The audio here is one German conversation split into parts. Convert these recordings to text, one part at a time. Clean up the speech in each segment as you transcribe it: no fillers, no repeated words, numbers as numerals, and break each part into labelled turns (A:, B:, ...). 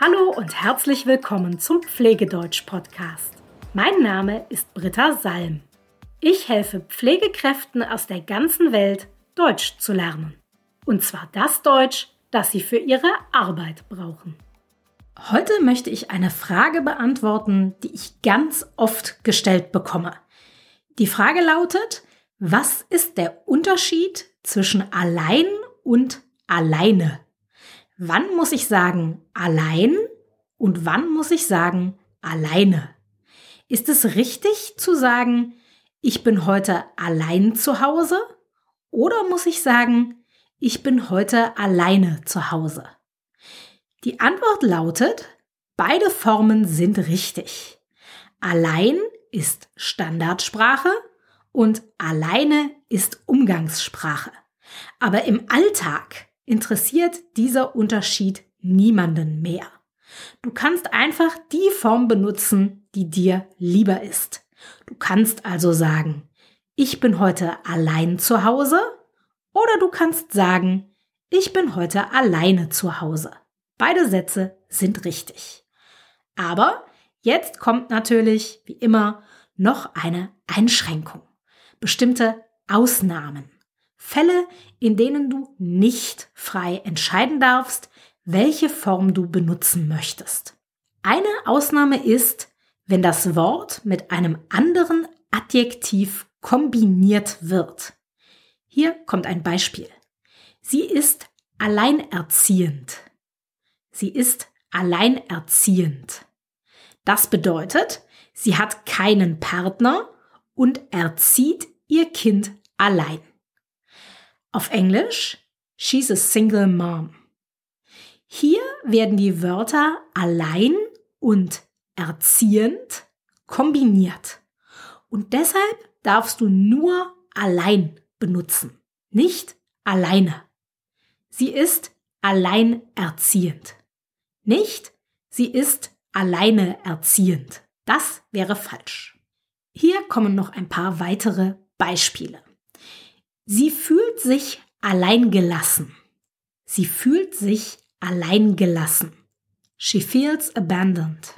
A: Hallo und herzlich willkommen zum Pflegedeutsch-Podcast. Mein Name ist Britta Salm. Ich helfe Pflegekräften aus der ganzen Welt, Deutsch zu lernen. Und zwar das Deutsch, das sie für ihre Arbeit brauchen. Heute möchte ich eine Frage beantworten, die ich ganz oft gestellt bekomme. Die Frage lautet: Was ist der Unterschied zwischen allein und alleine? Wann muss ich sagen allein und wann muss ich sagen alleine? Ist es richtig zu sagen, ich bin heute allein zu Hause? Oder muss ich sagen, ich bin heute alleine zu Hause? Die Antwort lautet, beide Formen sind richtig. Allein ist Standardsprache und alleine ist Umgangssprache. Aber im Alltag interessiert dieser Unterschied niemanden mehr. Du kannst einfach die Form benutzen, die dir lieber ist. Du kannst also sagen, ich bin heute allein zu Hause, oder du kannst sagen, ich bin heute alleine zu Hause. Beide Sätze sind richtig. Aber jetzt kommt natürlich, wie immer, noch eine Einschränkung. Bestimmte Ausnahmen. Fälle, in denen du nicht frei entscheiden darfst, welche Form du benutzen möchtest. Eine Ausnahme ist, wenn das Wort mit einem anderen Adjektiv kombiniert wird. Hier kommt ein Beispiel. Sie ist alleinerziehend. Sie ist alleinerziehend. Das bedeutet, sie hat keinen Partner und erzieht ihr Kind allein. Auf Englisch, she's a single mom. Hier werden die Wörter allein und erziehend kombiniert. Und deshalb darfst du nur allein benutzen, nicht alleine. Sie ist alleinerziehend. Nicht, sie ist alleine erziehend. Das wäre falsch. Hier kommen noch ein paar weitere Beispiele. Sie fühlt sich alleingelassen. Sie fühlt sich alleingelassen. She feels abandoned.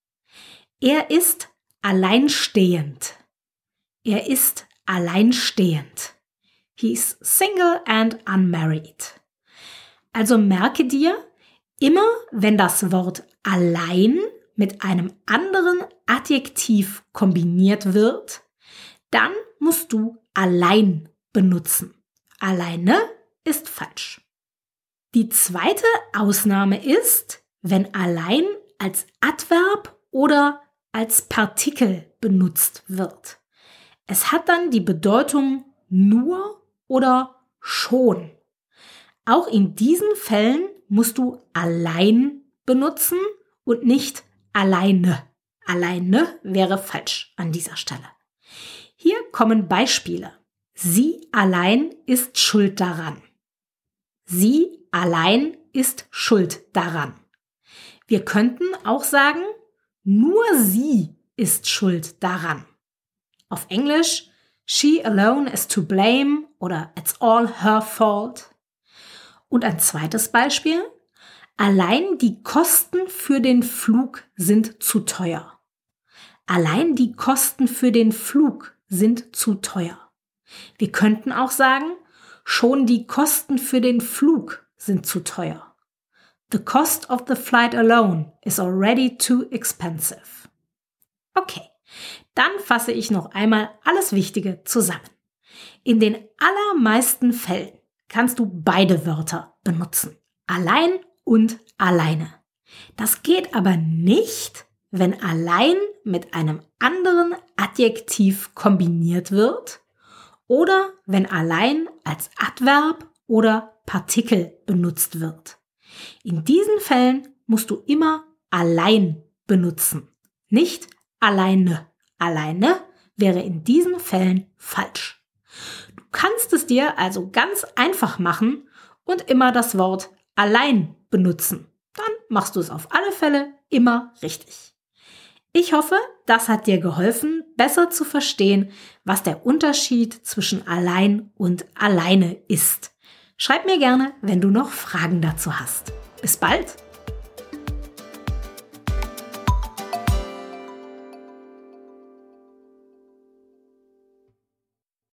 A: Er ist alleinstehend. Er ist alleinstehend. He's single and unmarried. Also merke dir, immer wenn das Wort allein mit einem anderen Adjektiv kombiniert wird, dann musst du allein benutzen. Alleine ist falsch. Die zweite Ausnahme ist, wenn allein als Adverb oder als Partikel benutzt wird. Es hat dann die Bedeutung nur oder schon. Auch in diesen Fällen musst du allein benutzen und nicht alleine. Alleine wäre falsch an dieser Stelle. Hier kommen Beispiele. Sie allein ist schuld daran. Sie allein ist schuld daran. Wir könnten auch sagen, nur sie ist schuld daran. Auf Englisch, she alone is to blame oder it's all her fault. Und ein zweites Beispiel, allein die Kosten für den Flug sind zu teuer. Allein die Kosten für den Flug sind zu teuer. Wir könnten auch sagen, schon die Kosten für den Flug sind zu teuer. The cost of the flight alone is already too expensive. Okay, dann fasse ich noch einmal alles Wichtige zusammen. In den allermeisten Fällen kannst du beide Wörter benutzen. Allein und alleine. Das geht aber nicht, wenn allein mit einem anderen Adjektiv kombiniert wird oder wenn allein als Adverb oder Partikel benutzt wird. In diesen Fällen musst du immer allein benutzen, nicht alleine. Alleine wäre in diesen Fällen falsch. Du kannst es dir also ganz einfach machen und immer das Wort allein benutzen. Dann machst du es auf alle Fälle immer richtig. Ich hoffe, das hat dir geholfen, besser zu verstehen, was der Unterschied zwischen allein und alleine ist. Schreib mir gerne, wenn du noch Fragen dazu hast. Bis bald!